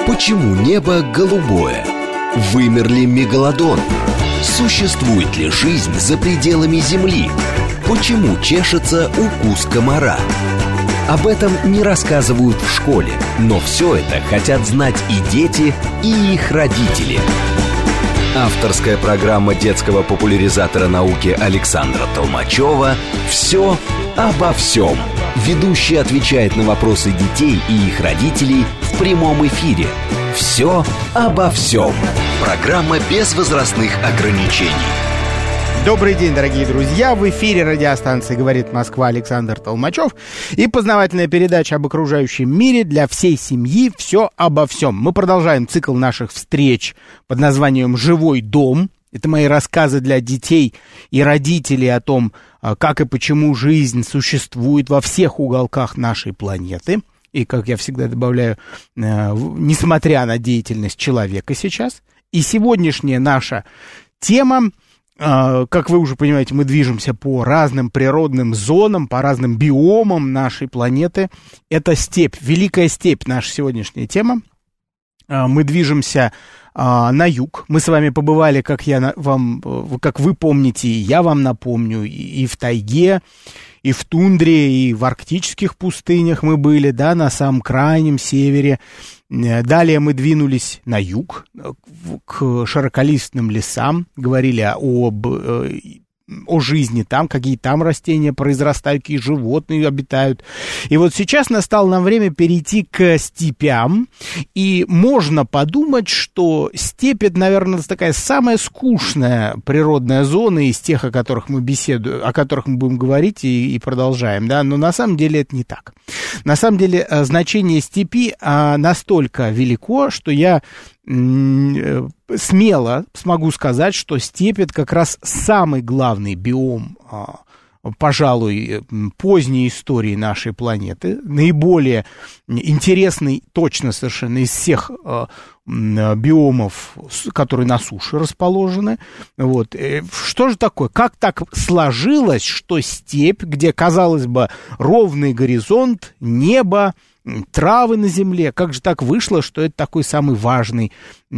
Почему небо голубое? Вымер ли мегалодон? Существует ли жизнь за пределами Земли? Почему чешется укус комара? Об этом не рассказывают в школе, но все это хотят знать и дети, и их родители. Авторская программа детского популяризатора науки Александра Толмачева «Все обо всем». Ведущий отвечает на вопросы детей и их родителей в прямом эфире. «Все обо всем». Программа без возрастных ограничений. Добрый день, дорогие друзья! В эфире радиостанции «Говорит Москва» Александр Толмачев и познавательная передача об окружающем мире для всей семьи «Все обо всем». Мы продолжаем цикл наших встреч под названием «Живой дом». Это мои рассказы для детей и родителей о том, как и почему жизнь существует во всех уголках нашей планеты. И, как я всегда добавляю, несмотря на деятельность человека сейчас. И сегодняшняя наша тема, как вы уже понимаете, мы движемся по разным природным зонам, по разным биомам нашей планеты. Это степь, Великая степь, наша сегодняшняя тема. Мы движемся на юг. Мы с вами побывали, как вы помните, и я вам напомню, и в тайге, и в тундре, и в арктических пустынях мы были, да, на самом крайнем севере. Далее мы двинулись на юг, к широколистным лесам, говорили о жизни там, какие там растения произрастают, какие животные обитают. И вот сейчас настало нам время перейти к степям, и можно подумать, что степь — это, наверное, такая самая скучная природная зона из тех, о которых мы беседуем, о которых мы будем говорить и продолжаем, да, но на самом деле это не так. На самом деле значение степи настолько велико, что я смело смогу сказать, что степь — это как раз самый главный биом, пожалуй, поздней истории нашей планеты, наиболее интересный, точно совершенно, из всех биомов, которые на суше расположены. Вот. Что же такое? Как так сложилось, что степь, где, казалось бы, ровный горизонт, небо, травы на земле, как же так вышло, что это такой самый важная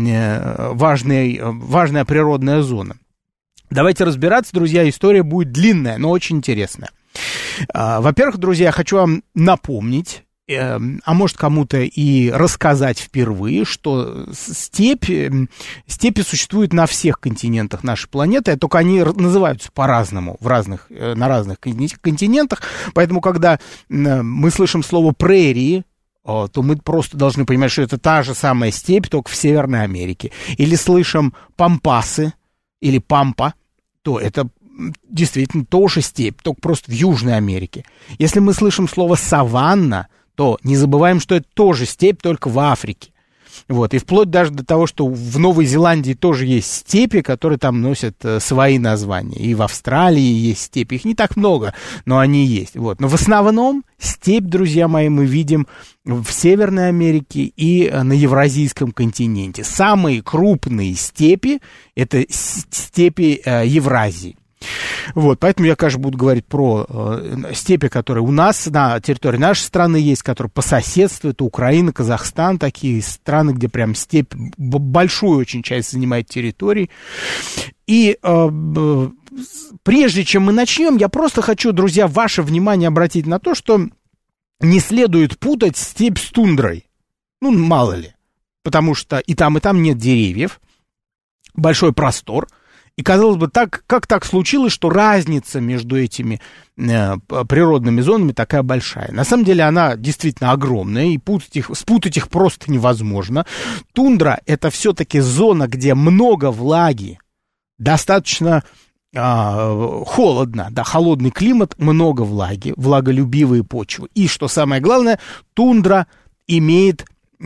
природная зона? Давайте разбираться, друзья, история будет длинная, но очень интересная. Во-первых, друзья, я хочу вам напомнить, а может кому-то и рассказать впервые, что степи существуют на всех континентах нашей планеты, только они называются по-разному на разных континентах, поэтому когда мы слышим слово «прерии», то мы просто должны понимать, что это та же самая степь, только в Северной Америке. Или слышим «пампасы» или «пампа», то это действительно тоже степь, только просто в Южной Америке. Если мы слышим слово «саванна», то не забываем, что это тоже степь, только в Африке. Вот. И вплоть даже до того, что в Новой Зеландии тоже есть степи, которые там носят свои названия. И в Австралии есть степи. Их не так много, но они есть. Вот. Но в основном степь, друзья мои, мы видим в Северной Америке и на Евразийском континенте. Самые крупные степи — это степи Евразии. Вот, поэтому я, конечно, буду говорить про степи, которые у нас на территории нашей страны есть, которые по соседству, это Украина, Казахстан, такие страны, где прям степь большую очень часть занимает территории. И прежде чем мы начнем, я просто хочу, друзья, ваше внимание обратить на то, что не следует путать степь с тундрой. Ну, мало ли, потому что и там нет деревьев, большой простор. И, казалось бы, как так случилось, что разница между этими природными зонами такая большая? На самом деле она действительно огромная, и спутать их просто невозможно. Тундра — это все-таки зона, где много влаги, достаточно холодно, да, холодный климат, много влаги, влаголюбивые почвы. И, что самое главное, тундра имеет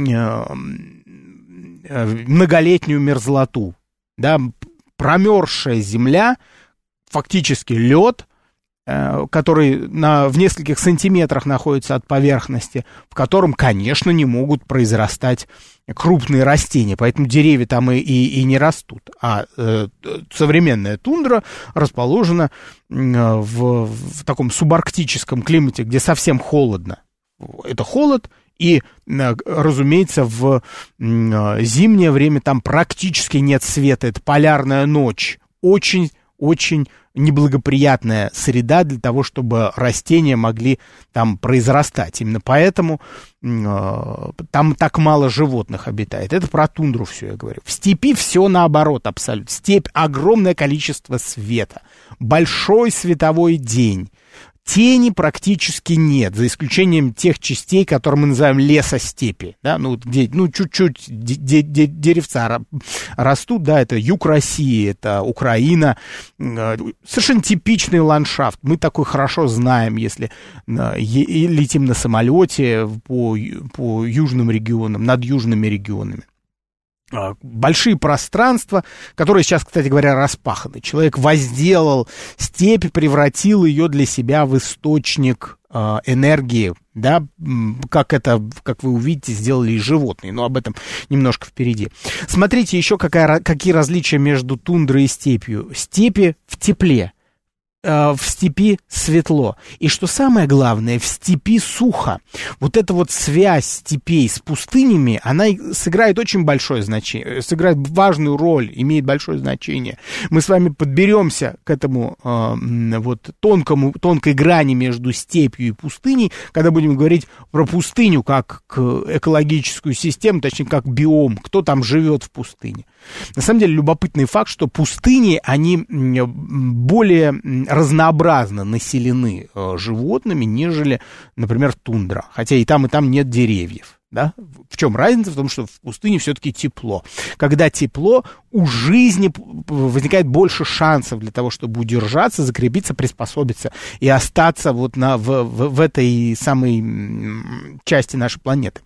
многолетнюю мерзлоту, да, промерзшая земля, фактически лед, который в нескольких сантиметрах находится от поверхности, в котором, конечно, не могут произрастать крупные растения, поэтому деревья там и не растут. А современная тундра расположена в таком субарктическом климате, где совсем холодно. Это холод И, разумеется, в зимнее время там практически нет света, это полярная ночь. Очень неблагоприятная среда для того, чтобы растения могли там произрастать. Именно поэтому там так мало животных обитает. Это про тундру все я говорю. В степи все наоборот абсолютно. Степь — огромное количество света, большой световой день. Тени практически нет, за исключением тех частей, которые мы называем лесостепи, да, ну, где, чуть-чуть деревца растут, да, это юг России, это Украина, совершенно типичный ландшафт, мы такой хорошо знаем, если летим на самолете по южным регионам, над южными регионами. Большие пространства, которые сейчас, кстати говоря, распаханы. Человек возделал степь, превратил ее для себя в источник энергии, да, как вы увидите, сделали и животные, но об этом немножко впереди. Смотрите еще, какие различия между тундрой и степью. Степи в тепле, в степи светло. И что самое главное, в степи сухо. Вот эта вот связь степей с пустынями, она сыграет очень большое значение, сыграет важную роль, имеет большое значение. Мы с вами подберемся к этому вот тонкой грани между степью и пустыней, когда будем говорить про пустыню как экологическую систему, точнее, как биом, кто там живет в пустыне. На самом деле, любопытный факт, что пустыни, они более разнообразно населены животными, нежели, например, тундра. Хотя и там нет деревьев. Да? В чем разница? В том, что в пустыне все-таки тепло. Когда тепло, у жизни возникает больше шансов для того, чтобы удержаться, закрепиться, приспособиться и остаться вот в этой самой части нашей планеты.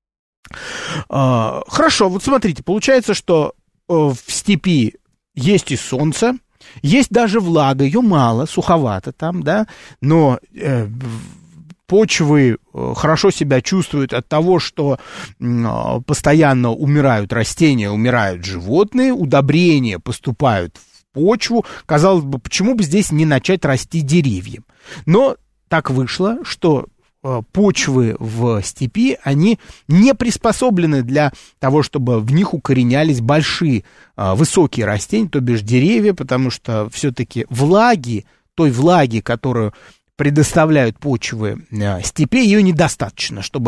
Хорошо, вот смотрите, получается, что в степи есть и солнце, есть даже влага, ее мало, суховато там, да, но почвы хорошо себя чувствуют от того, что постоянно умирают растения, умирают животные, удобрения поступают в почву. Казалось бы, почему бы здесь не начать расти деревья? Но так вышло, что почвы в степи, они не приспособлены для того, чтобы в них укоренялись большие, высокие растения, то бишь деревья, потому что все-таки той влаги, которую предоставляют почвы степей, ее недостаточно, чтобы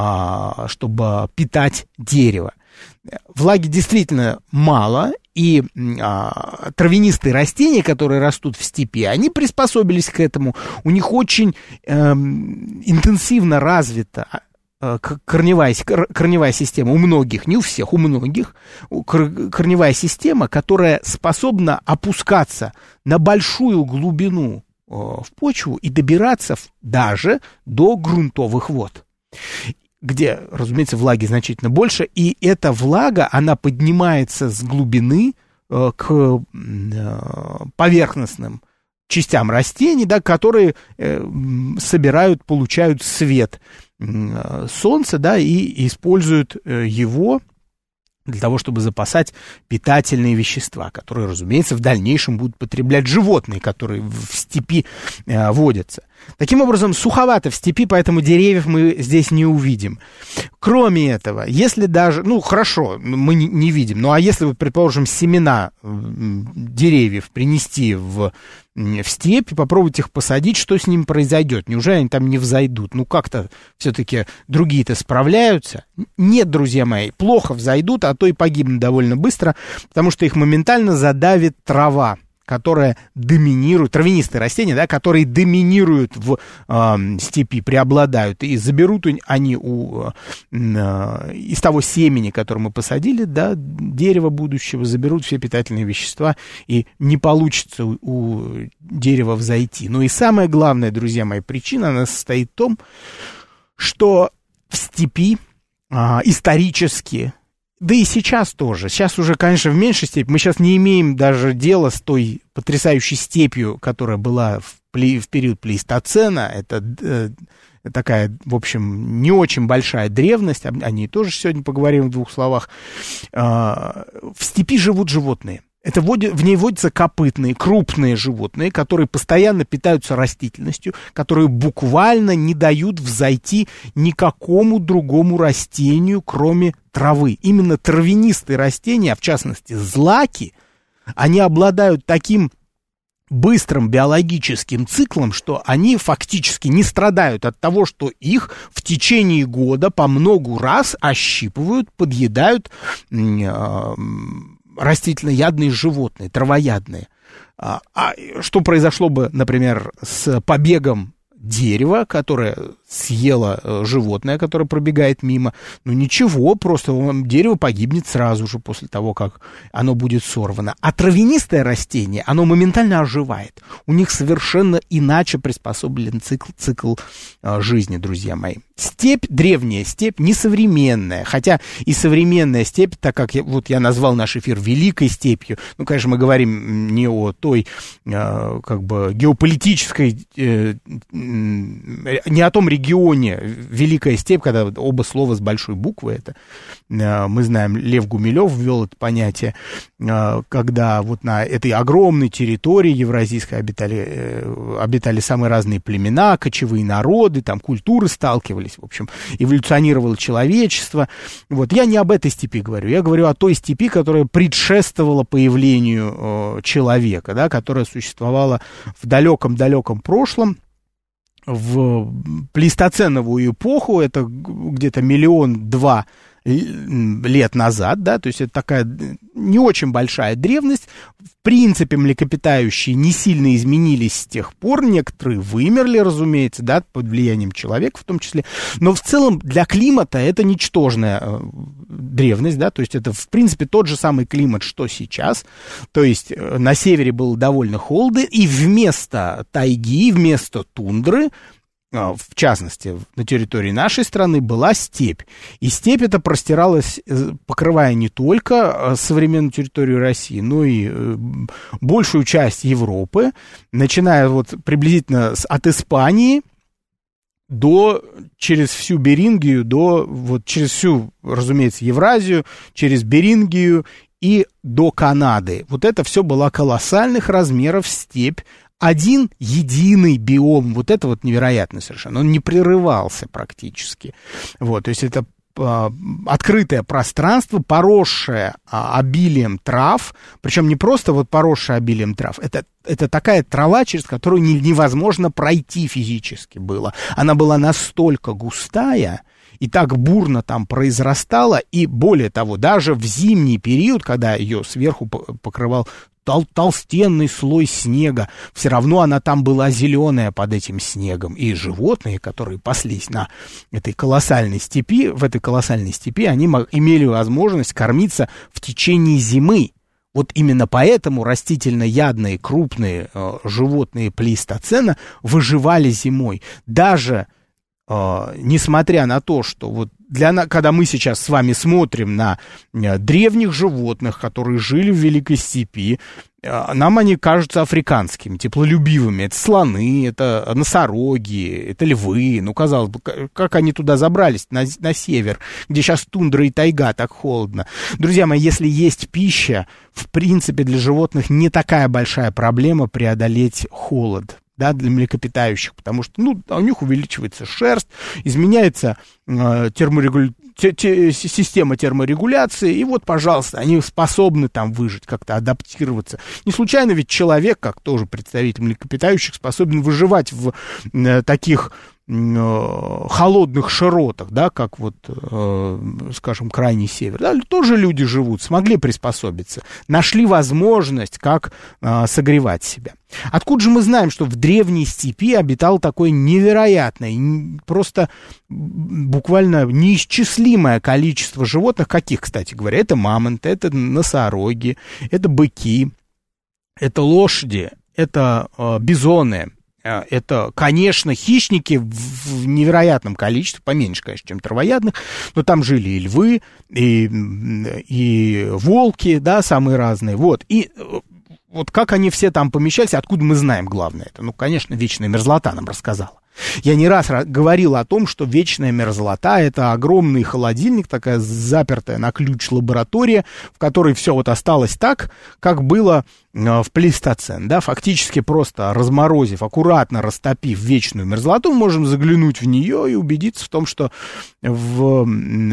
питать дерево. Влаги действительно мало, и травянистые растения, которые растут в степи, они приспособились к этому. У них очень интенсивно развита корневая система у многих, не у всех, у многих, корневая система, которая способна опускаться на большую глубину в почву и добираться даже до грунтовых вод, где, разумеется, влаги значительно больше, и эта влага, она поднимается с глубины к поверхностным частям растений, да, которые получают свет солнца, да, и используют его для того, чтобы запасать питательные вещества, которые, разумеется, в дальнейшем будут потреблять животные, которые в степи водятся. Таким образом, суховато в степи, поэтому деревьев мы здесь не увидим. Кроме этого, если даже, хорошо, мы не видим, а если, предположим, семена деревьев принести в степь и попробовать их посадить, что с ними произойдет? Неужели они там не взойдут? Как-то все-таки другие-то справляются? Нет, друзья мои, плохо взойдут, а то и погибнут довольно быстро, потому что их моментально задавит трава, которая доминирует, травянистые растения, да, которые доминируют в степи, преобладают, и заберут они из того семени, которое мы посадили, да, дерева будущего, заберут все питательные вещества, и не получится у дерева взойти. Но и самая главная, друзья мои, причина, она состоит в том, что в степи исторически, да и сейчас тоже. Сейчас уже, конечно, в меньшей степени. Мы сейчас не имеем даже дела с той потрясающей степью, которая была в период плейстоцена. Это такая, в общем, не очень большая древность. О ней тоже сегодня поговорим в двух словах. В степи живут животные. В ней водятся копытные, крупные животные, которые постоянно питаются растительностью, которые буквально не дают взойти никакому другому растению, кроме травы. Именно травянистые растения, а в частности злаки, они обладают таким быстрым биологическим циклом, что они фактически не страдают от того, что их в течение года по многу раз ощипывают, подъедают растительноядные животные, травоядные. А что произошло бы, например, с побегом дерева, которое съело животное, которое пробегает мимо? Ну ничего, просто дерево погибнет сразу же после того, как оно будет сорвано. А травянистое растение, оно моментально оживает. У них совершенно иначе приспособлен цикл жизни, друзья мои. Степь, древняя степь, несовременная, хотя и современная степь, так как я назвал наш эфир Великой степью, ну, конечно, мы говорим не о той, как бы, геополитической, не о том регионе, Великая степь, когда оба слова с большой буквы, это, мы знаем, Лев Гумилев ввел это понятие, когда вот на этой огромной территории евразийской обитали самые разные племена, кочевые народы, там культуры сталкивались, в общем, эволюционировало человечество. Вот, я не об этой степи говорю, я говорю о той степи, которая предшествовала появлению человека, да, которая существовала в далеком-далеком прошлом, в плейстоценовую эпоху, это где-то 1-2 миллиона лет назад, да, то есть это такая не очень большая древность. В принципе, млекопитающие не сильно изменились с тех пор, некоторые вымерли, разумеется, да, под влиянием человека в том числе, но в целом для климата это ничтожная древность, да, то есть это, в принципе, тот же самый климат, что сейчас, то есть на севере было довольно холодно, и вместо тайги, вместо тундры, в частности, на территории нашей страны была степь. И степь эта простиралась, покрывая не только современную территорию России, но и большую часть Европы, начиная вот приблизительно от Испании через всю Берингию, через всю, разумеется, Евразию, через Берингию и до Канады. Вот это все было колоссальных размеров степь. Один единый биом, вот это вот невероятно совершенно, он не прерывался практически. Вот, то есть это открытое пространство, поросшее обилием трав, причем не просто вот поросшее обилием трав, это такая трава, через которую невозможно пройти физически было. Она была настолько густая и так бурно там произрастала, и более того, даже в зимний период, когда ее сверху покрывал толстенный слой снега, все равно она там была зеленая под этим снегом. И животные, которые паслись в этой колоссальной степи, они имели возможность кормиться в течение зимы. Вот именно поэтому растительноядные крупные животные плейстоцена выживали зимой. Даже несмотря на то, что вот когда мы сейчас с вами смотрим на древних животных, которые жили в Великой степи, нам они кажутся африканскими, теплолюбивыми. Это слоны, это носороги, это львы. Ну, казалось бы, как они туда забрались, на север, где сейчас тундра и тайга, так холодно. Друзья мои, если есть пища, в принципе, для животных не такая большая проблема преодолеть холод. Да, для млекопитающих, потому что, у них увеличивается шерсть, изменяется система терморегуляции, и вот, пожалуйста, они способны там выжить, как-то адаптироваться. Не случайно ведь человек, как тоже представитель млекопитающих, способен выживать в таких холодных широтах, да, как вот, скажем, крайний север, да, тоже люди живут, смогли приспособиться, нашли возможность, как согревать себя. Откуда же мы знаем, что в древней степи обитало такое невероятное, просто буквально неисчислимое количество животных, каких, кстати говоря, это мамонты, это носороги, это быки, это лошади, это бизоны. Это, конечно, хищники в невероятном количестве, поменьше, конечно, чем травоядных, но там жили и львы, и волки, да, самые разные, вот, и вот как они все там помещались, откуда мы знаем, главное это, конечно, вечная мерзлота нам рассказала. Я не раз говорил о том, что вечная мерзлота — это огромный холодильник, такая запертая на ключ лаборатория, в которой все вот осталось так, как было в плейстоцен, да, фактически просто разморозив, аккуратно растопив вечную мерзлоту, мы можем заглянуть в нее и убедиться в том, что на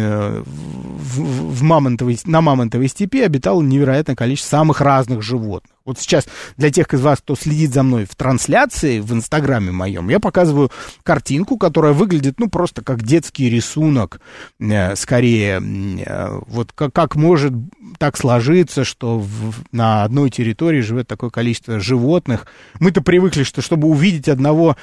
мамонтовой степи обитало невероятное количество самых разных животных. Вот сейчас для тех из вас, кто следит за мной в трансляции в Инстаграме моем, я показываю картинку, которая выглядит, ну, просто как детский рисунок, скорее, вот как может так сложиться, что на одной территории живет такое количество животных. Мы-то привыкли, что чтобы увидеть одного,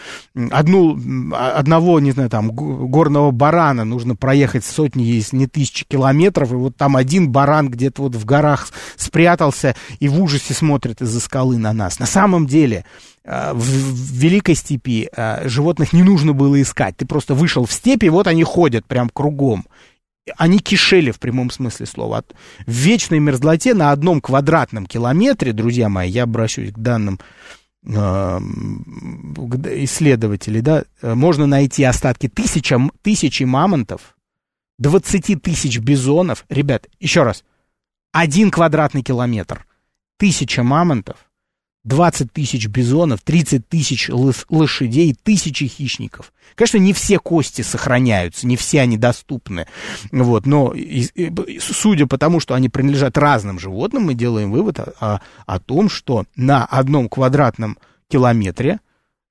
не знаю, там, горного барана, нужно проехать сотни, если не тысячи километров, и вот там один баран где-то вот в горах спрятался и в ужасе смотрит из-за скалы на нас. На самом деле в Великой степи животных не нужно было искать. Ты просто вышел в степь, и вот они ходят прям кругом. Они кишели в прямом смысле слова. В вечной мерзлоте на 1 квадратном километре, друзья мои, я обращусь к данным исследователей, да, можно найти остатки тысячи мамонтов, 20 тысяч бизонов. Ребят, еще раз, 1 квадратный километр, 1000 мамонтов, 20 тысяч бизонов, 30 тысяч лошадей, тысячи хищников. Конечно, не все кости сохраняются, не все они доступны. Вот, но судя по тому, что они принадлежат разным животным, мы делаем вывод о том, что на 1 квадратном километре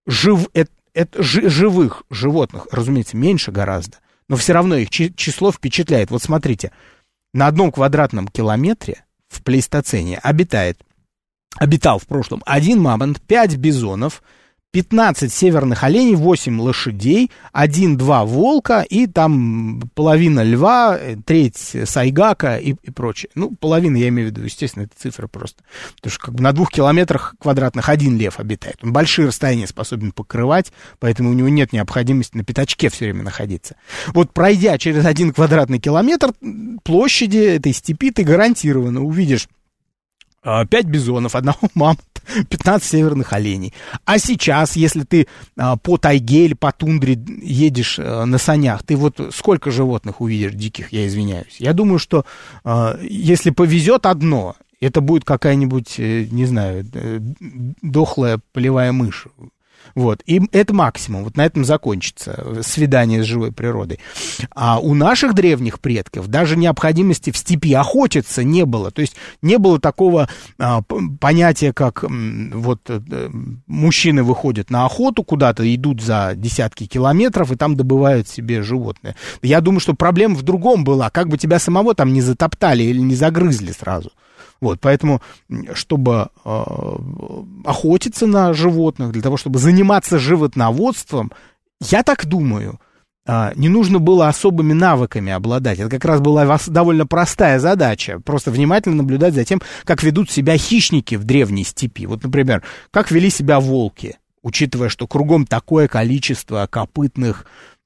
живых животных, разумеется, меньше гораздо, но все равно их число впечатляет. Вот смотрите, на 1 квадратном километре в плейстоцене обитал в прошлом 1 мамонт, 5 бизонов, 15 северных оленей, 8 лошадей, 1-2 волка и там половина льва, треть сайгака и прочее. Ну, половина, я имею в виду, естественно, это цифра просто. Потому что как бы на 2 километрах квадратных 1 лев обитает. Он большие расстояния способен покрывать, поэтому у него нет необходимости на пятачке все время находиться. Вот пройдя через 1 квадратный километр площади этой степи, ты гарантированно увидишь 5 бизонов, 1 мамонта, 15 северных оленей. А сейчас, если ты по тайге или по тундре едешь на санях, ты вот сколько животных увидишь диких, я извиняюсь. Я думаю, что если повезет одно, это будет какая-нибудь, не знаю, дохлая полевая мышь. Вот, и это максимум, вот на этом закончится свидание с живой природой. А у наших древних предков даже необходимости в степи охотиться не было, то есть не было такого понятия, как вот мужчины выходят на охоту куда-то, идут за десятки километров и там добывают себе животное. Я думаю, что проблема в другом была, как бы тебя самого там не затоптали или не загрызли сразу. Вот, поэтому, чтобы охотиться на животных, для того, чтобы заниматься животноводством, я так думаю, не нужно было особыми навыками обладать. Это как раз была довольно простая задача. Просто внимательно наблюдать за тем, как ведут себя хищники в древней степи. Вот, например, как вели себя волки, учитывая, что кругом такое количество копытных,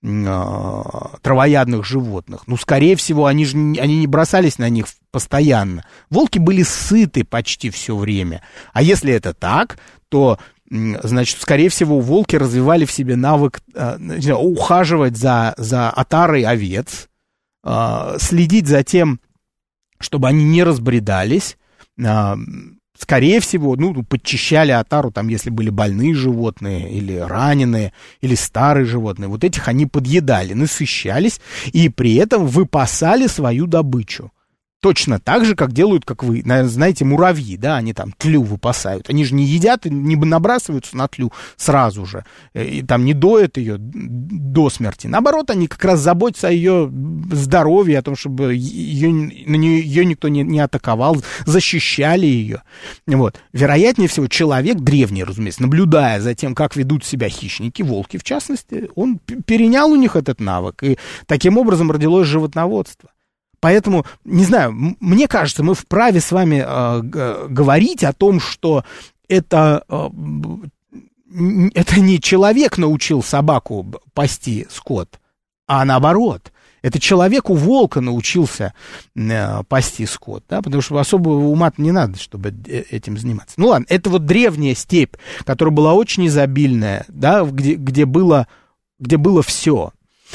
травоядных животных. Ну, скорее всего, они не бросались на них постоянно. Волки были сыты почти все время. А если это так, то, значит, скорее всего, волки развивали в себе навык ухаживать за отарой овец, следить за тем, чтобы они не разбредались, скорее всего, подчищали отару, там, если были больные животные, или раненые, или старые животные. Вот этих они подъедали, насыщались, и при этом выпасали свою добычу. Точно так же, как делают, как вы, наверное, знаете, муравьи, да, они там тлю выпасают. Они же не едят, не набрасываются на тлю сразу же, и там не доят ее до смерти. Наоборот, они как раз заботятся о ее здоровье, о том, чтобы ее никто не атаковал, защищали ее. Вот. Вероятнее всего, человек, древний, разумеется, наблюдая за тем, как ведут себя хищники, волки в частности, он перенял у них этот навык, и таким образом родилось животноводство. Поэтому, не знаю, мне кажется, мы вправе с вами говорить о том, что это не человек научил собаку пасти скот, а наоборот. Это человек у волка научился пасти скот, да, потому что особого ума не надо, чтобы этим заниматься. Ну ладно, это вот древняя степь, которая была очень изобильная, да, где было где было все.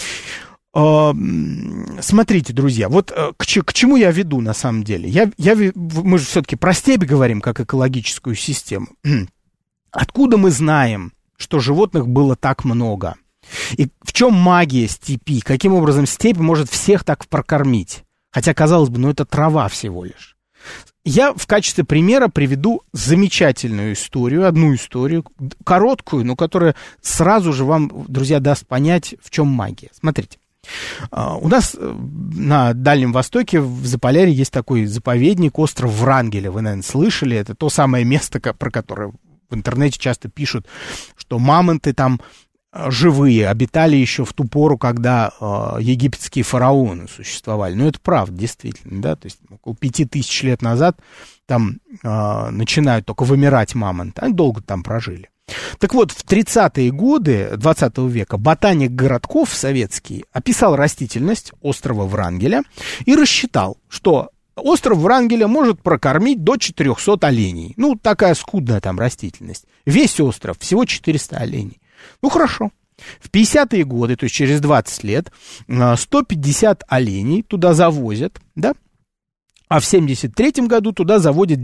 Смотрите, друзья, вот к чему я веду на самом деле. Мы же все-таки про степь говорим, как экологическую систему. Откуда мы знаем, что животных было так много? И в чем магия степи? Каким образом степь может всех так прокормить? Хотя, казалось бы, это трава всего лишь. Я в качестве примера приведу замечательную историю, одну историю, короткую, но которая сразу же вам, друзья, даст понять, в чем магия. Смотрите. У нас на Дальнем Востоке, в Заполярье, есть такой заповедник, остров Врангеля. Вы, наверное, слышали. Это то самое место, про которое в интернете часто пишут, что мамонты там живые, обитали еще в ту пору, когда египетские фараоны существовали. Но это правда, действительно, да, то есть около 5000 лет назад там начинают только вымирать мамонты. Они долго там прожили. Так вот, в 30-е годы 20 века ботаник Городков советский описал растительность острова Врангеля и рассчитал, что остров Врангеля может прокормить до 400 оленей. Ну, такая скудная там растительность. Весь остров, всего 400 оленей. Ну, хорошо. В 50-е годы, то есть через 20 лет, 150 оленей туда завозят, да? А в 73-м году туда завозят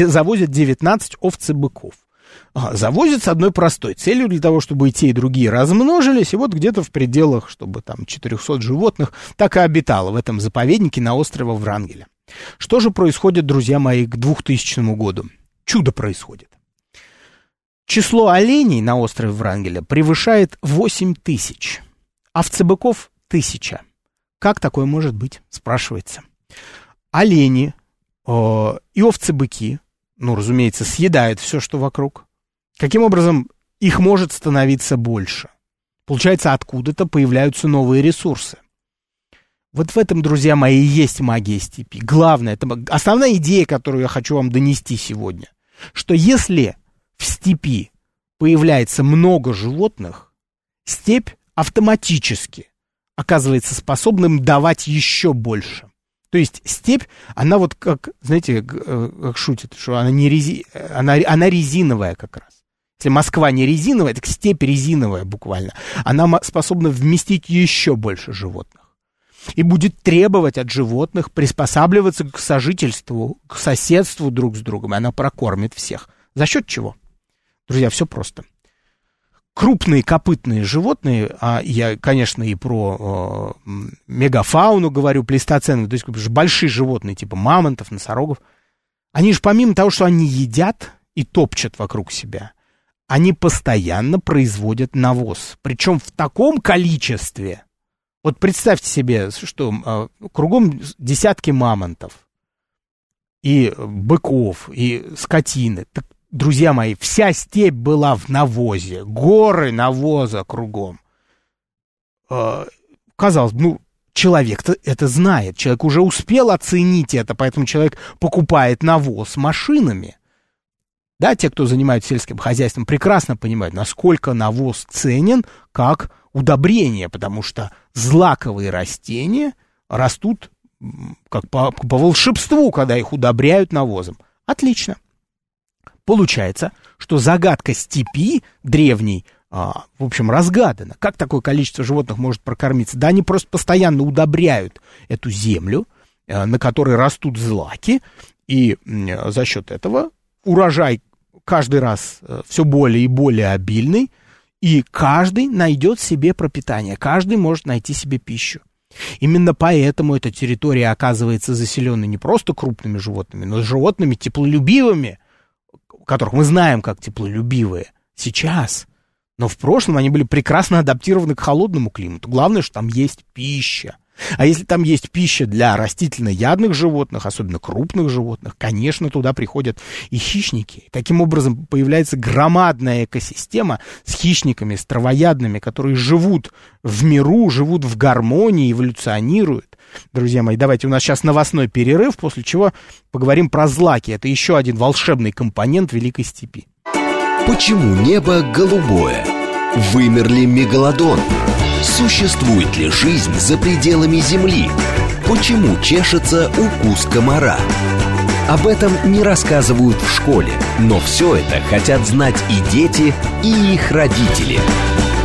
19 овц и быков. Завозят с одной простой целью, для того, чтобы и те, и другие размножились, и вот где-то в пределах, чтобы там 400 животных так и обитало в этом заповеднике на острове Врангеля. Что же происходит, друзья мои, к 2000 году? Чудо происходит. Число оленей на острове Врангеля превышает 8000, овцебыков 1000. Как такое может быть, спрашивается. Олени и овцы-быки, ну, разумеется, съедают все, что вокруг. Каким образом их может становиться больше? Получается, откуда-то появляются новые ресурсы. Вот в этом, друзья мои, и есть магия степи. Главное, это основная идея, которую я хочу вам донести сегодня, что если в степи появляется много животных, степь автоматически оказывается способным давать еще больше. То есть степь, она вот как, знаете, как шутят, что она не она резиновая как раз. Если Москва не резиновая, так степь резиновая буквально. Она способна вместить еще больше животных. И будет требовать от животных приспосабливаться к сожительству, к соседству друг с другом. И она прокормит всех. За счет чего? Друзья, все просто. Крупные копытные животные, а я, конечно, и про мегафауну говорю, плейстоценовую, то есть большие животные, типа мамонтов, носорогов, они же помимо того, что они едят и топчут вокруг себя, они постоянно производят навоз. Причем в таком количестве. Вот представьте себе, что кругом десятки мамонтов и быков, и скотины. Так, друзья мои, вся степь была в навозе, горы навоза кругом. Казалось бы, человек-то это знает, человек уже успел оценить это, поэтому человек покупает навоз машинами. Да, те, кто занимается сельским хозяйством, прекрасно понимают, насколько навоз ценен как удобрение, потому что злаковые растения растут как по волшебству, когда их удобряют навозом. Отлично. Получается, что загадка степи древней, в общем, разгадана. Как такое количество животных может прокормиться? Да, они просто постоянно удобряют эту землю, на которой растут злаки, и за счет этого урожай каждый раз все более и более обильный, и каждый найдет себе пропитание, каждый может найти себе пищу. Именно поэтому эта территория оказывается заселенной не просто крупными животными, но и животными теплолюбивыми, которых мы знаем как теплолюбивые сейчас. Но в прошлом они были прекрасно адаптированы к холодному климату. Главное, что там есть пища. А если там есть пища для растительноядных животных, особенно крупных животных, конечно, туда приходят и хищники. Таким образом, появляется громадная экосистема с хищниками, с травоядными, которые живут в миру, живут в гармонии, эволюционируют. Друзья мои, давайте, у нас сейчас новостной перерыв, после чего поговорим про злаки. Это еще один волшебный компонент Великой степи. Почему небо голубое? Вымер ли мегалодон? Существует ли жизнь за пределами Земли? Почему чешется укус комара? Об этом не рассказывают в школе, но все это хотят знать и дети, и их родители.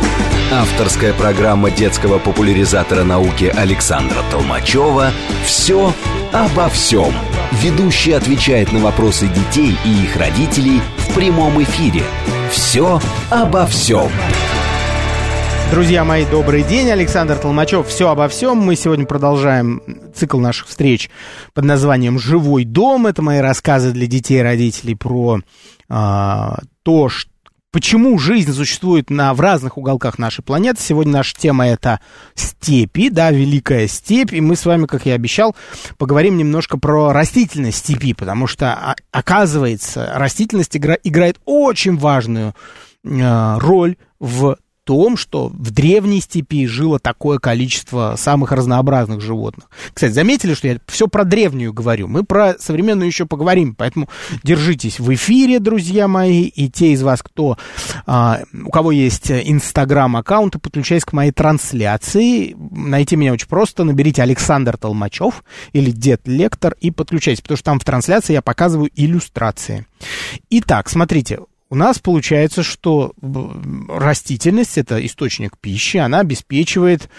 Авторская программа детского популяризатора науки Александра Толмачева «Все обо всем». Ведущий отвечает на вопросы детей и их родителей в прямом эфире. «Все обо всем». Друзья мои, добрый день. Александр Толмачев. «Все обо всем». Мы сегодня продолжаем цикл наших встреч под названием «Живой дом». Это мои рассказы для детей и родителей про то, почему жизнь существует в разных уголках нашей планеты. Сегодня наша тема — это степи, да, Великая степь. И мы с вами, как я обещал, поговорим немножко про растительность степи, потому что, оказывается, растительность играет очень важную роль в том, что в древней степи жило такое количество самых разнообразных животных. Кстати, заметили, что я все про древнюю говорю? Мы про современную еще поговорим, поэтому держитесь в эфире, друзья мои, и те из вас, у кого есть Инстаграм-аккаунты, подключайтесь к моей трансляции. Найти меня очень просто, наберите Александр Толмачев или Дед Лектор и подключайтесь, потому что там в трансляции я показываю иллюстрации. Итак, смотрите. У нас получается, что растительность — это источник пищи, она обеспечивает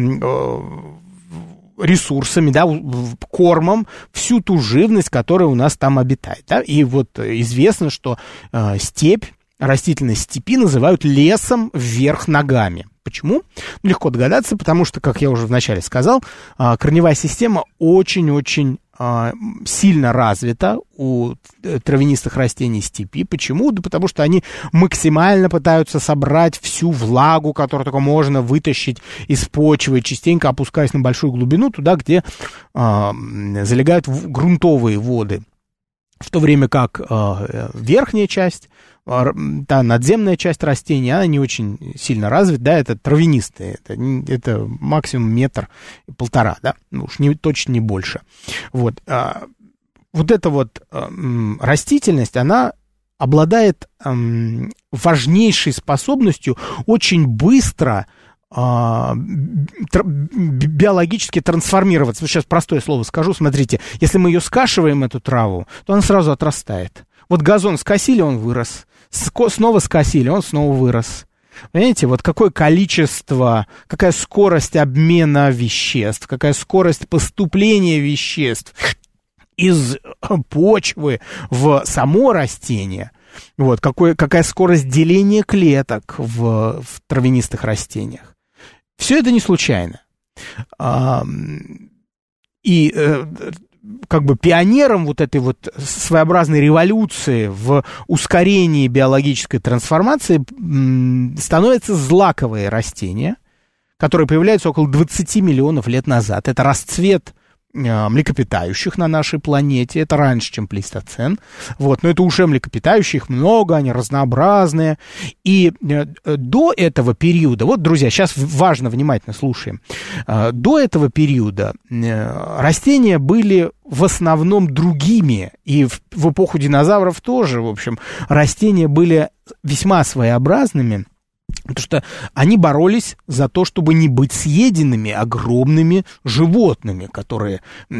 ресурсами, да, кормом всю ту живность, которая у нас там обитает. Да? И вот известно, что степь, растительность степи называют лесом вверх ногами. Почему? Легко догадаться, потому что, как я уже вначале сказал, корневая система очень-очень сильно развита у травянистых растений степи. Почему? Да потому что они максимально пытаются собрать всю влагу, которую только можно вытащить из почвы, частенько опускаясь на большую глубину, туда, где залегают грунтовые воды. В то время как верхняя часть, та надземная часть растений, она не очень сильно развита, да, это травянистые, это максимум 1-1,5 метра, да, уж точно не больше. Вот, вот эта вот растительность, она обладает важнейшей способностью очень быстро биологически трансформироваться. Вот сейчас простое слово скажу, смотрите, если мы ее скашиваем, эту траву, то она сразу отрастает. Вот газон скосили, он вырос, снова скосили, он снова вырос. Понимаете, вот какое количество, какая скорость обмена веществ, какая скорость поступления веществ из почвы в само растение. Вот, какая скорость деления клеток в травянистых растениях. Все это не случайно. И как бы пионером вот этой вот своеобразной революции в ускорении биологической трансформации становятся злаковые растения, которые появляются около 20 миллионов лет назад. Это расцвет млекопитающих на нашей планете, это раньше, чем плейстоцен, вот, но это уже млекопитающих много, они разнообразные, и до этого периода, вот, друзья, сейчас важно, внимательно слушаем, до этого периода растения были в основном другими, и в эпоху динозавров тоже, в общем, растения были весьма своеобразными, потому что они боролись за то, чтобы не быть съеденными огромными животными, которые,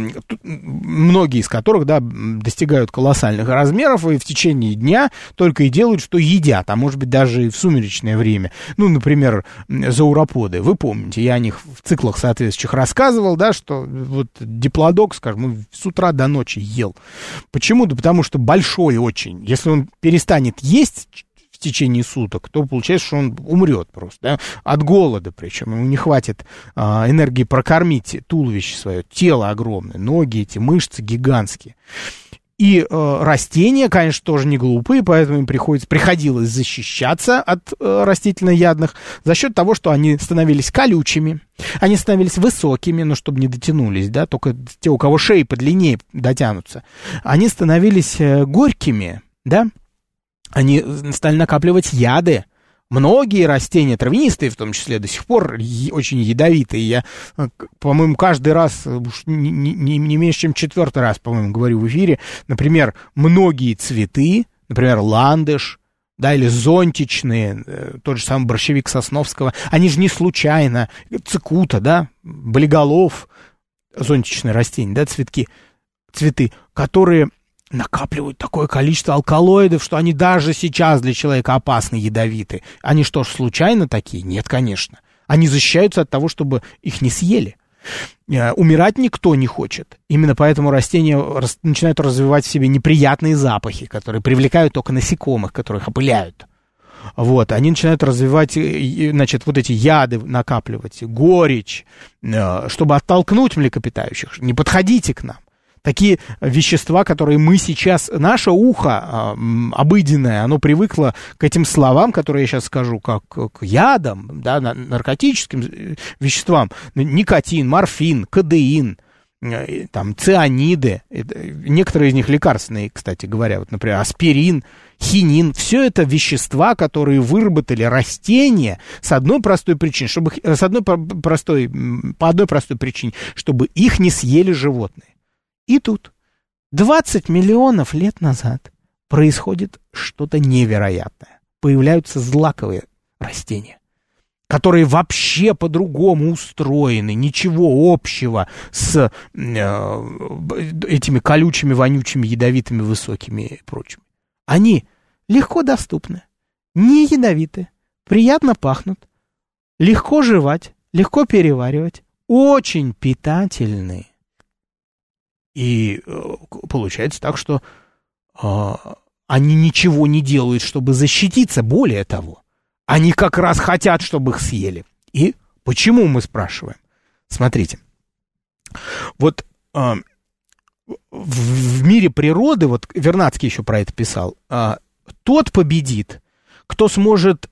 многие из которых, да, достигают колоссальных размеров и в течение дня только и делают, что едят, а может быть даже и в сумеречное время. Ну, например, зауроподы. Вы помните, я о них в циклах соответствующих рассказывал, да, что вот диплодок, скажем, с утра до ночи ел. Почему? Да потому что большой очень. Если он перестанет есть в течение суток, то получается, что он умрет просто, да? От голода, причем ему не хватит энергии прокормить туловище свое, тело огромное, ноги эти, мышцы гигантские. И растения, конечно, тоже не глупые, поэтому им приходилось защищаться от растительноядных за счет того, что они становились колючими, они становились высокими, но чтобы не дотянулись, да, только те, у кого шеи подлиннее дотянутся, они становились горькими, да, они стали накапливать яды. Многие растения, травянистые в том числе, до сих пор очень ядовитые. Я, по-моему, каждый раз, уж не меньше, чем 4-й раз, по-моему, говорю в эфире, например, многие цветы, например, ландыш, да, или зонтичные, тот же самый борщевик Сосновского, они же не случайно, цикута, да, болиголов, зонтичные растения, да, цветы, которые накапливают такое количество алкалоидов, что они даже сейчас для человека опасны, ядовиты. Они что ж, случайно такие? Нет, конечно. Они защищаются от того, чтобы их не съели. Умирать никто не хочет. Именно поэтому растения начинают развивать в себе неприятные запахи, которые привлекают только насекомых, которых опыляют. Вот, они начинают развивать, значит, вот эти яды накапливать, горечь, чтобы оттолкнуть млекопитающих. Не подходите к нам. Такие вещества, которые мы сейчас... Наше ухо обыденное, оно привыкло к этим словам, которые я сейчас скажу, как к ядам, да, наркотическим веществам. Никотин, морфин, кодеин, там, цианиды. Некоторые из них лекарственные, кстати говоря. Вот, например, аспирин, хинин. Все это вещества, которые выработали растения с одной простой причиной, по одной простой причине, чтобы их не съели животные. И тут 20 миллионов лет назад происходит что-то невероятное. Появляются злаковые растения, которые вообще по-другому устроены, ничего общего с этими колючими, вонючими, ядовитыми, высокими и прочими. Они легко доступны, не ядовиты, приятно пахнут, легко жевать, легко переваривать, очень питательные. И получается так, что они ничего не делают, чтобы защититься. Более того, они как раз хотят, чтобы их съели. И почему, мы спрашиваем? Смотрите, вот в мире природы, вот Вернадский еще про это писал, тот победит, кто сможет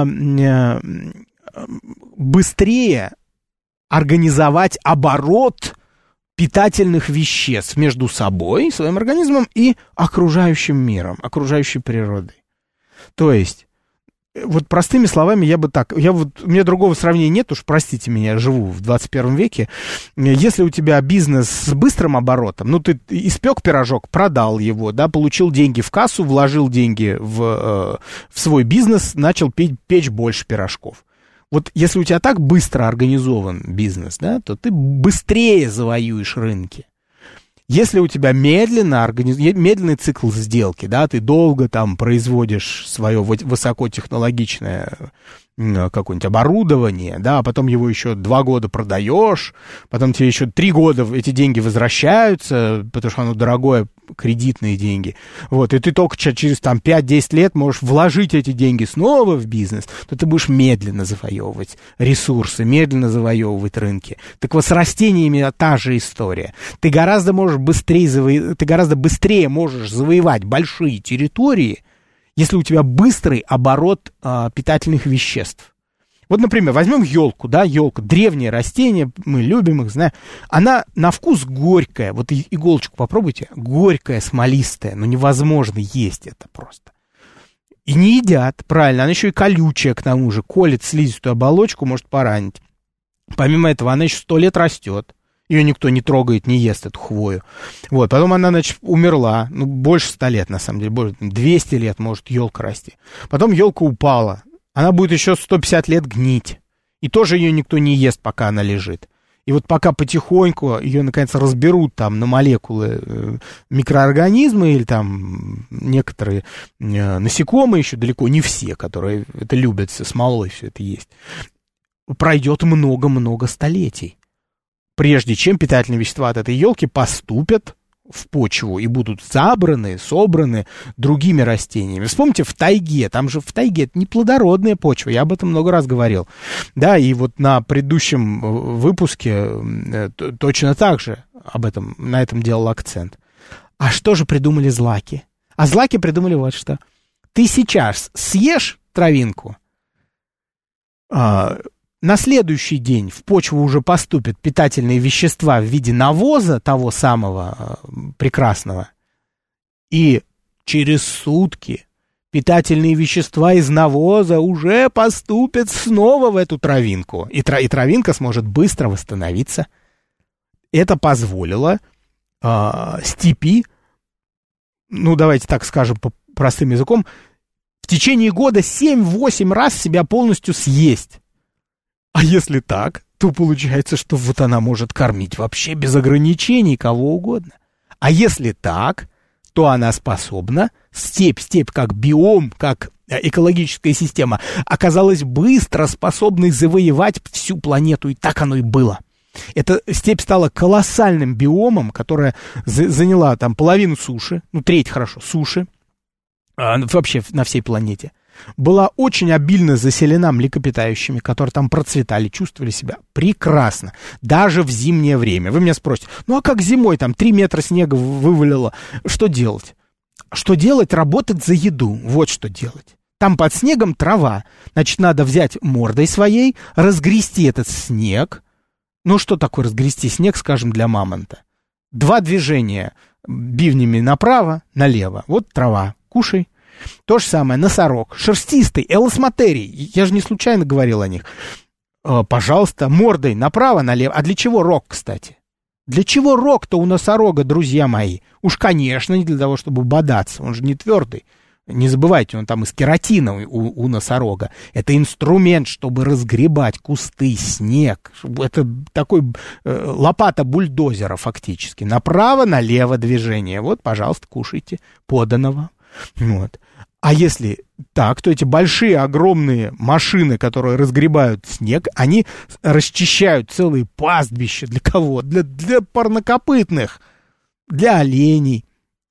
быстрее организовать оборот питательных веществ между собой, своим организмом и окружающим миром, окружающей природой. То есть, вот простыми словами у меня другого сравнения нет, уж простите меня, я живу в 21 веке. Если у тебя бизнес с быстрым оборотом, ну, ты испек пирожок, продал его, да, получил деньги в кассу, вложил деньги в свой бизнес, начал печь больше пирожков. Вот если у тебя так быстро организован бизнес, да, то ты быстрее завоюешь рынки. Если у тебя медленный цикл сделки, да, ты долго там производишь свое высокотехнологичное какое-нибудь оборудование, да, а потом его еще 2 года продаешь, потом тебе еще 3 года эти деньги возвращаются, потому что оно дорогое, кредитные деньги, вот, и ты только через там 5-10 лет можешь вложить эти деньги снова в бизнес, то ты будешь медленно завоевывать ресурсы, медленно завоевывать рынки. Так вот, с растениями та же история. Ты гораздо быстрее можешь завоевать большие территории, если у тебя быстрый оборот питательных веществ. Вот, например, возьмем елку, да, елка, древнее растение, мы любим их, знаем. Она на вкус горькая, вот иголочку попробуйте, горькая, смолистая, но невозможно есть это просто. И не едят, правильно, она еще и колючая к тому же, колет слизистую оболочку, может поранить. Помимо этого, она еще 100 лет растет. Ее никто не трогает, не ест эту хвою. Вот, потом она, значит, умерла, ну, больше 100 лет, на самом деле, больше 200 лет может елка расти. Потом елка упала, она будет еще 150 лет гнить. И тоже ее никто не ест, пока она лежит. И вот пока потихоньку ее, наконец, разберут там на молекулы микроорганизмы или там некоторые насекомые, еще далеко не все, которые это любят, со смолой все это есть, пройдет много-много столетий, прежде чем питательные вещества от этой елки поступят в почву и будут собраны другими растениями. Вспомните, в тайге, там же в тайге это неплодородная почва, я об этом много раз говорил. Да, и вот на предыдущем выпуске точно так же на этом делал акцент. А что же придумали злаки? А злаки придумали вот что. Ты сейчас съешь травинку, на следующий день в почву уже поступят питательные вещества в виде навоза, того самого прекрасного, и через сутки питательные вещества из навоза уже поступят снова в эту травинку, и травинка сможет быстро восстановиться. Это позволило степи, ну давайте так скажем простым языком, в течение года 7-8 раз себя полностью съесть. А если так, то получается, что вот она может кормить вообще без ограничений кого угодно. А если так, то она способна. Степь как биом, как экологическая система, оказалась быстро способной завоевать всю планету, и так оно и было. Эта степь стала колоссальным биомом, которая заняла там половину суши, треть, хорошо, суши, вообще на всей планете. Была очень обильно заселена млекопитающими, которые там процветали, чувствовали себя прекрасно, даже в зимнее время. Вы меня спросите, а как зимой, там 3 метра снега вывалило, что делать? Что делать? Работать за еду, вот что делать. Там под снегом трава, значит, надо взять мордой своей, разгрести этот снег. Что такое разгрести снег, скажем, для мамонта? 2 движения бивнями направо, налево, вот трава, кушай. То же самое носорог, шерстистый, элосматерий, я же не случайно говорил о них. Пожалуйста, мордой направо, налево. А для чего рог, кстати? Для чего рог-то у носорога, друзья мои? Уж, конечно, не для того, чтобы бодаться, он же не твердый. Не забывайте, он там из кератина у носорога. Это инструмент, чтобы разгребать кусты, снег. Это такой лопата бульдозера фактически. Направо-налево движение. Вот, пожалуйста, кушайте, подано вам. Вот. А если так, то эти большие, огромные машины, которые разгребают снег, они расчищают целые пастбища. Для кого? Для парнокопытных, для оленей,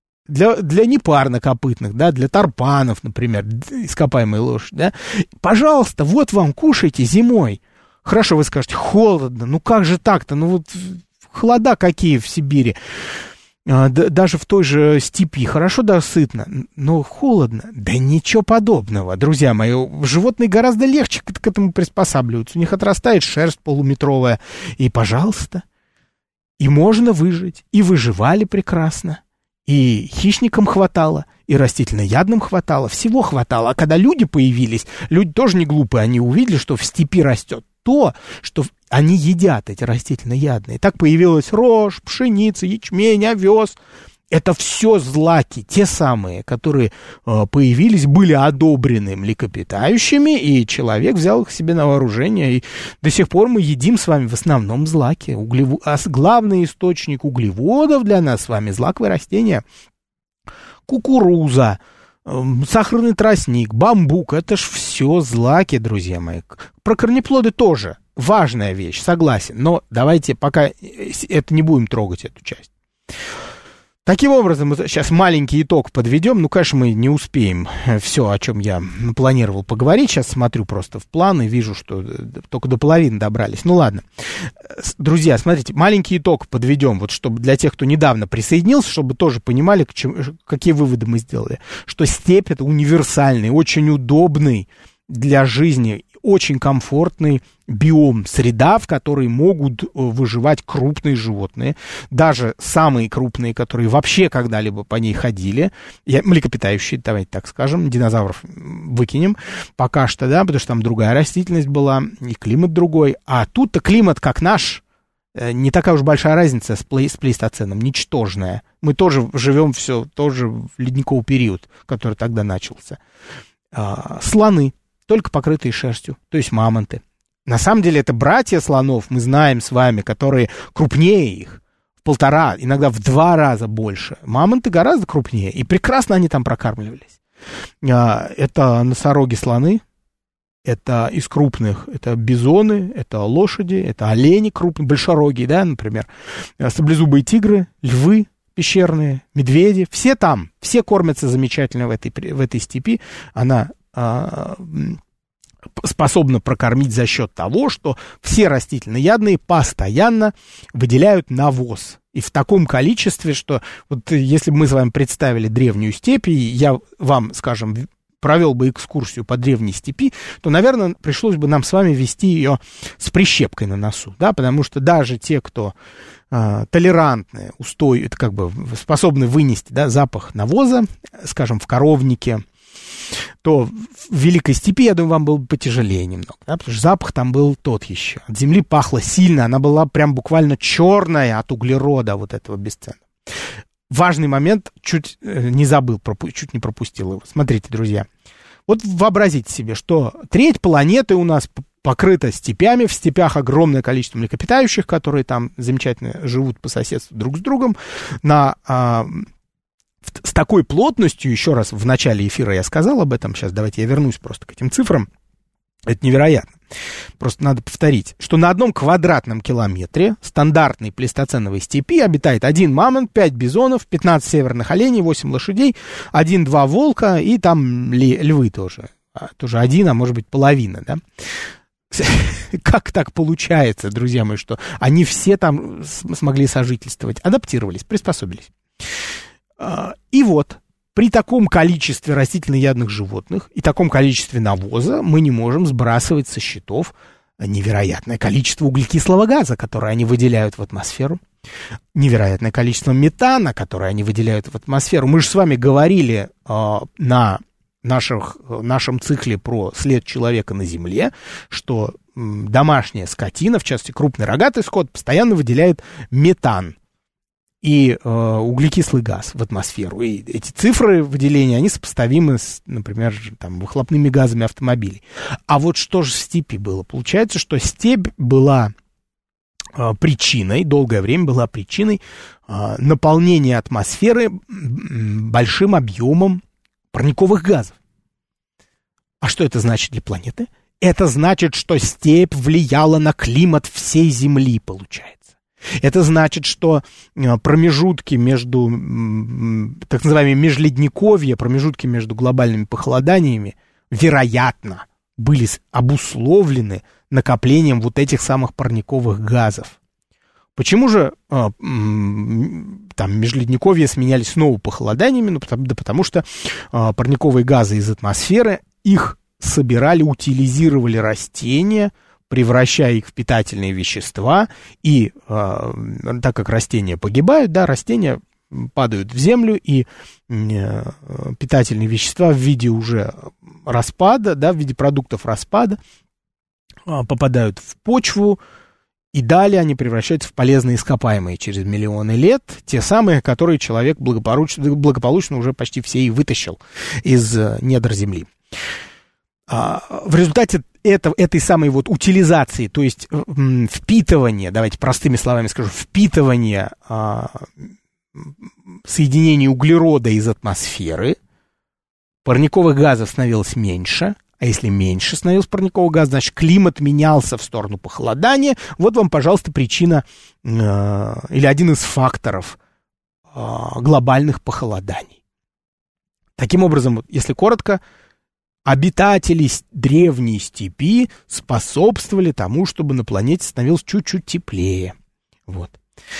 для непарнокопытных, да, для тарпанов, например, ископаемые лошади. Да? Пожалуйста, вот вам, кушайте зимой. Хорошо, вы скажете, холодно, как же так-то? Холода какие в Сибири. Даже в той же степи хорошо, да, сытно, но холодно. Да ничего подобного, друзья мои. Животные гораздо легче к этому приспосабливаются. У них отрастает шерсть полуметровая. И, пожалуйста, и можно выжить. И выживали прекрасно. И хищникам хватало, и растительноядным хватало, всего хватало. А когда люди появились, люди тоже не глупые, они увидели, что в степи растет то, что они едят, эти растительноядные. Так появилась рожь, пшеница, ячмень, овес. Это все злаки, те самые, которые появились, были одобрены млекопитающими, и человек взял их себе на вооружение. И до сих пор мы едим с вами в основном злаки. А главный источник углеводов для нас с вами злаковые растения. Кукуруза, сахарный тростник, бамбук, это ж все злаки, друзья мои. Про корнеплоды тоже важная вещь, согласен, но давайте пока это не будем трогать, эту часть. Таким образом, мы сейчас маленький итог подведем. Конечно, мы не успеем все, о чем я планировал поговорить. Сейчас смотрю просто в план и вижу, что только до половины добрались. Ладно. Друзья, смотрите, маленький итог подведем, вот чтобы для тех, кто недавно присоединился, чтобы тоже понимали, какие выводы мы сделали. Что степь — это универсальный, очень удобный для жизни, очень комфортный биом, среда, в которой могут выживать крупные животные, даже самые крупные, которые вообще когда-либо по ней ходили, млекопитающие, давайте так скажем, динозавров выкинем пока что, да, потому что там другая растительность была, и климат другой, а тут-то климат как наш, не такая уж большая разница с плейстоценом, ничтожная. Мы тоже живем все тоже в ледниковый период, который тогда начался. Слоны, только покрытые шерстью, то есть мамонты. На самом деле это братья слонов, мы знаем с вами, которые крупнее их, в 1,5, иногда в 2 раза больше. Мамонты гораздо крупнее, и прекрасно они там прокармливались. Это носороги-слоны, это из крупных, это бизоны, это лошади, это олени крупные, большерогие, да, например, саблезубые тигры, львы пещерные, медведи, все там, все кормятся замечательно в этой степи. Она способна прокормить за счет того, что все растительноядные постоянно выделяют навоз. И в таком количестве, что вот если бы мы с вами представили древнюю степь, и я вам, скажем, провел бы экскурсию по древней степи, то, наверное, пришлось бы нам с вами вести ее с прищепкой на носу, да, потому что даже те, кто толерантные, это как бы способны вынести, да, запах навоза, скажем, в коровнике, то в Великой степи, я думаю, вам было бы потяжелее немного, да, потому что запах там был тот еще. От земли пахло сильно, она была прям буквально черная от углерода вот этого бесценного. Важный момент, чуть не забыл, чуть не пропустил его. Смотрите, друзья, вот вообразите себе, что треть планеты у нас покрыта степями, в степях огромное количество млекопитающих, которые там замечательно живут по соседству друг с другом, с такой плотностью, еще раз, в начале эфира я сказал об этом, сейчас давайте я вернусь просто к этим цифрам, это невероятно. Просто надо повторить, что на 1 квадратном километре стандартной плейстоценовой степи обитает 1 мамонт, 5 бизонов, 15 северных оленей, 8 лошадей, 1-2 волка и там львы тоже. Тоже 1, а может быть половина, да? Как так получается, друзья мои, что они все там смогли сожительствовать, адаптировались, приспособились. И вот, при таком количестве растительноядных животных и таком количестве навоза мы не можем сбрасывать со счетов невероятное количество углекислого газа, которое они выделяют в атмосферу, невероятное количество метана, которое они выделяют в атмосферу. Мы же с вами говорили на нашем цикле про след человека на Земле, что домашняя скотина, в частности крупный рогатый скот, постоянно выделяет метан и углекислый газ в атмосферу. И эти цифры выделения, они сопоставимы с, например, там, выхлопными газами автомобилей. А вот что же в степи было? Получается, что степь была причиной, долгое время была причиной наполнения атмосферы большим объемом парниковых газов. А что это значит для планеты? Это значит, что степь влияла на климат всей Земли, получается. Это значит, что промежутки между, так называемые межледниковья, промежутки между глобальными похолоданиями, вероятно, были обусловлены накоплением вот этих самых парниковых газов. Почему же там межледниковья сменялись снова похолоданиями? Ну, потому что парниковые газы из атмосферы, их собирали, утилизировали растения, превращая их в питательные вещества, и так как растения погибают, да, растения падают в землю, и питательные вещества в виде уже распада, да, в виде продуктов распада попадают в почву, и далее они превращаются в полезные ископаемые через миллионы лет, те самые, которые человек благополучно уже почти все и вытащил из недр земли. В результате этой самой вот утилизации, то есть впитывания, давайте простыми словами скажу, впитывания соединений углерода из атмосферы, парниковых газов становилось меньше. А если меньше становилось парникового газа, значит, климат менялся в сторону похолодания. Вот вам, пожалуйста, причина или один из факторов глобальных похолоданий. Таким образом, если коротко, обитатели древней степи способствовали тому, чтобы на планете становилось чуть-чуть теплее. Вот.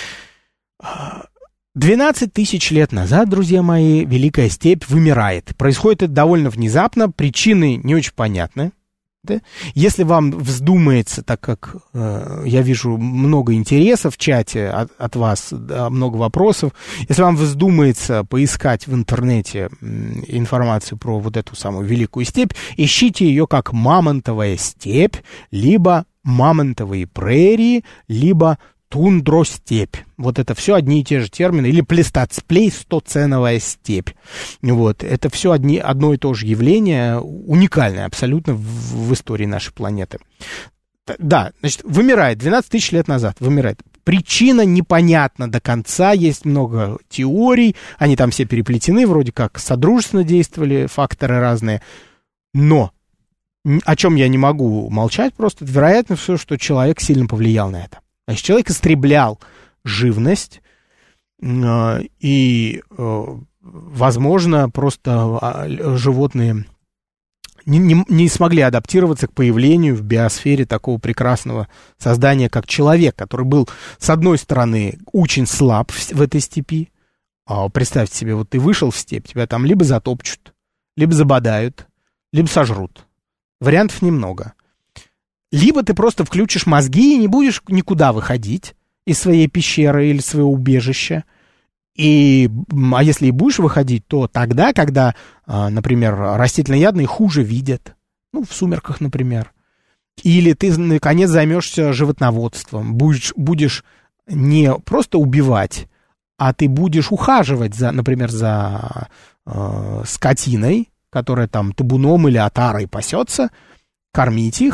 12 тысяч лет назад, друзья мои, Великая степь вымирает. Происходит это довольно внезапно, причины не очень понятны. Да? Если вам вздумается, так как я вижу много интереса в чате от вас, да, много вопросов, если вам вздумается поискать в интернете информацию про вот эту самую Великую степь, ищите ее как мамонтовая степь, либо мамонтовые прерии, либо тундростепь. Вот это все одни и те же термины. Или плейстоценовая степь. Вот. Это все одно и то же явление, уникальное абсолютно в истории нашей планеты. Да, значит, вымирает. 12 тысяч лет назад вымирает. Причина непонятна до конца. Есть много теорий. Они там все переплетены. Вроде как содружественно действовали факторы разные. Но о чем я не могу молчать просто. Вероятно, все, что человек сильно повлиял на это. Значит, человек истреблял живность, и, возможно, просто животные не смогли адаптироваться к появлению в биосфере такого прекрасного создания, как человек, который был, с одной стороны, очень слаб в этой степи. Представьте себе, вот ты вышел в степь, тебя там либо затопчут, либо забодают, либо сожрут. Вариантов немного. Либо ты просто включишь мозги и не будешь никуда выходить из своей пещеры или своего убежища. А если и будешь выходить, то тогда, когда, например, растительноядные хуже видят, ну, в сумерках, например. Или ты, наконец, займешься животноводством, будешь не просто убивать, а ты будешь ухаживать, например, за скотиной, которая там табуном или отарой пасется, кормить их,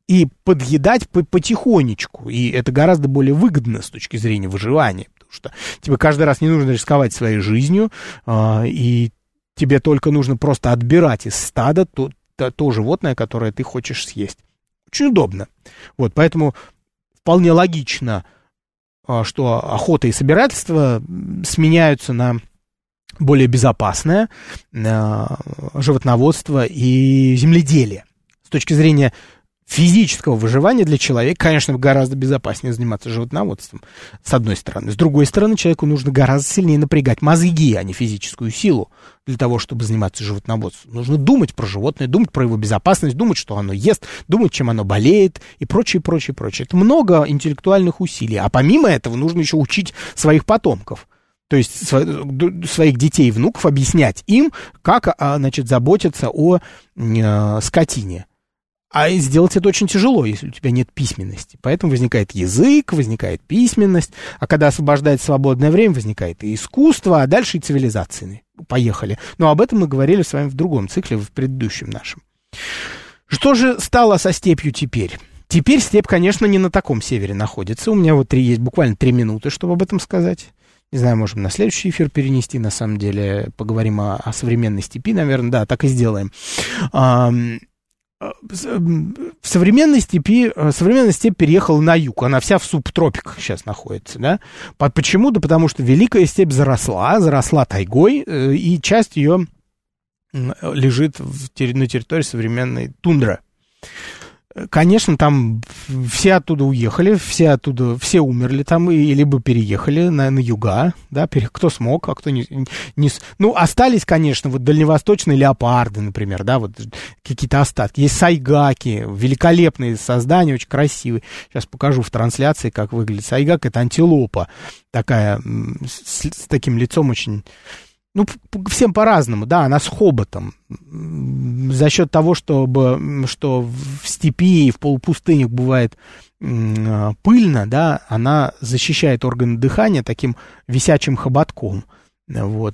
и подъедать потихонечку. И это гораздо более выгодно с точки зрения выживания, потому что тебе каждый раз не нужно рисковать своей жизнью, и тебе только нужно просто отбирать из стада то животное, которое ты хочешь съесть. Очень удобно. Вот, поэтому вполне логично, что охота и собирательство сменяются на более безопасное животноводство и земледелие. С точки зрения физического выживания для человека, конечно, гораздо безопаснее заниматься животноводством, с одной стороны. С другой стороны, человеку нужно гораздо сильнее напрягать мозги, а не физическую силу для того, чтобы заниматься животноводством. Нужно думать про животное, думать про его безопасность, думать, что оно ест, думать, чем оно болеет и прочее, прочее, прочее. Это много интеллектуальных усилий. А помимо этого нужно еще учить своих потомков. То есть своих детей и внуков объяснять им, как, значит, заботиться о скотине. А сделать это очень тяжело, если у тебя нет письменности. Поэтому возникает язык, возникает письменность, а когда освобождает свободное время, возникает и искусство, а дальше и цивилизации. Поехали. Но об этом мы говорили с вами в другом цикле, в предыдущем нашем. Что же стало со степью теперь? Теперь степь, конечно, не на таком севере находится. У меня вот есть буквально 3 минуты, чтобы об этом сказать. Не знаю, можем на следующий эфир перенести, на самом деле. Поговорим о современной степи, наверное. Да, так и сделаем. Современная степь переехала на юг, она вся в субтропиках сейчас находится, да? Почему? Да потому что Великая степь заросла тайгой, и часть ее лежит на территории современной тундры. Конечно, там все оттуда уехали, все умерли там, и либо переехали на юга, да, кто смог, а кто не... Ну, остались, конечно, вот дальневосточные леопарды, например, да, вот какие-то остатки. Есть сайгаки, великолепные создания, очень красивые. Сейчас покажу в трансляции, как выглядит сайгак. Это антилопа, такая, с таким лицом очень... Ну, всем по-разному, да, она с хоботом. За счет того, что в степи и в полупустынях бывает пыльно, да, она защищает органы дыхания таким висячим хоботком. Вот,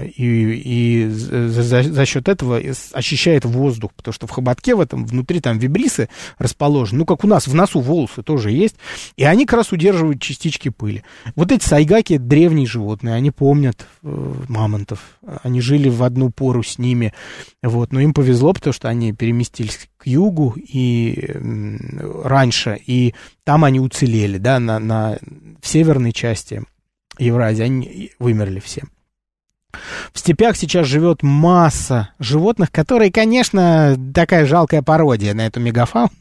и за счет этого очищает воздух, потому что в хоботке в этом, внутри там вибрисы расположены, ну, как у нас в носу волосы тоже есть, и они как раз удерживают частички пыли. Вот эти сайгаки — древние животные, они помнят мамонтов, они жили в одну пору с ними, вот, но им повезло, потому что они переместились к югу и раньше, и там они уцелели, да, в северной части Евразии они вымерли все. В степях сейчас живет масса животных, которые, конечно, такая жалкая пародия на эту мегафауну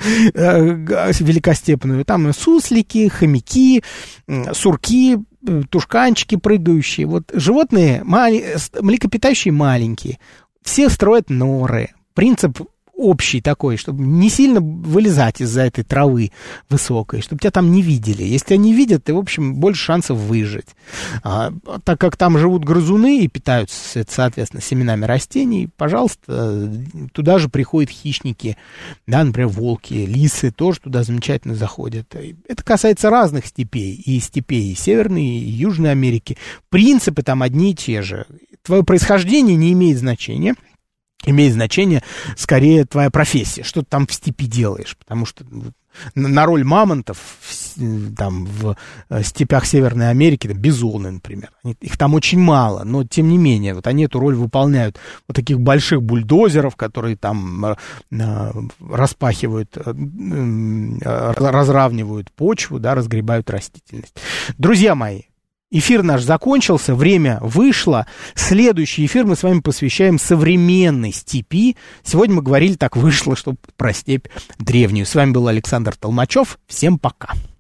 великостепную. Там суслики, хомяки, сурки, тушканчики прыгающие. Вот животные млекопитающие маленькие. Все строят норы. Принцип общий такой, чтобы не сильно вылезать из-за этой травы высокой, чтобы тебя там не видели. Если тебя не видят, ты, в общем, больше шансов выжить. Так как там живут грызуны и питаются, соответственно, семенами растений, пожалуйста, туда же приходят хищники, да, например, волки, лисы тоже туда замечательно заходят. Это касается разных степей, и Северной, и Южной Америки. Принципы там одни и те же. Твое происхождение не имеет значения. Имеет значение, скорее, твоя профессия, что ты там в степи делаешь, потому что на роль мамонтов там в степях Северной Америки, там, бизоны, например, их там очень мало, но тем не менее, вот они эту роль выполняют, вот таких больших бульдозеров, которые там распахивают, разравнивают почву, да, разгребают растительность. Друзья мои, эфир наш закончился, время вышло. Следующий эфир мы с вами посвящаем современной степи. Сегодня мы говорили, так вышло, что про степь древнюю. С вами был Александр Толмачев. Всем пока.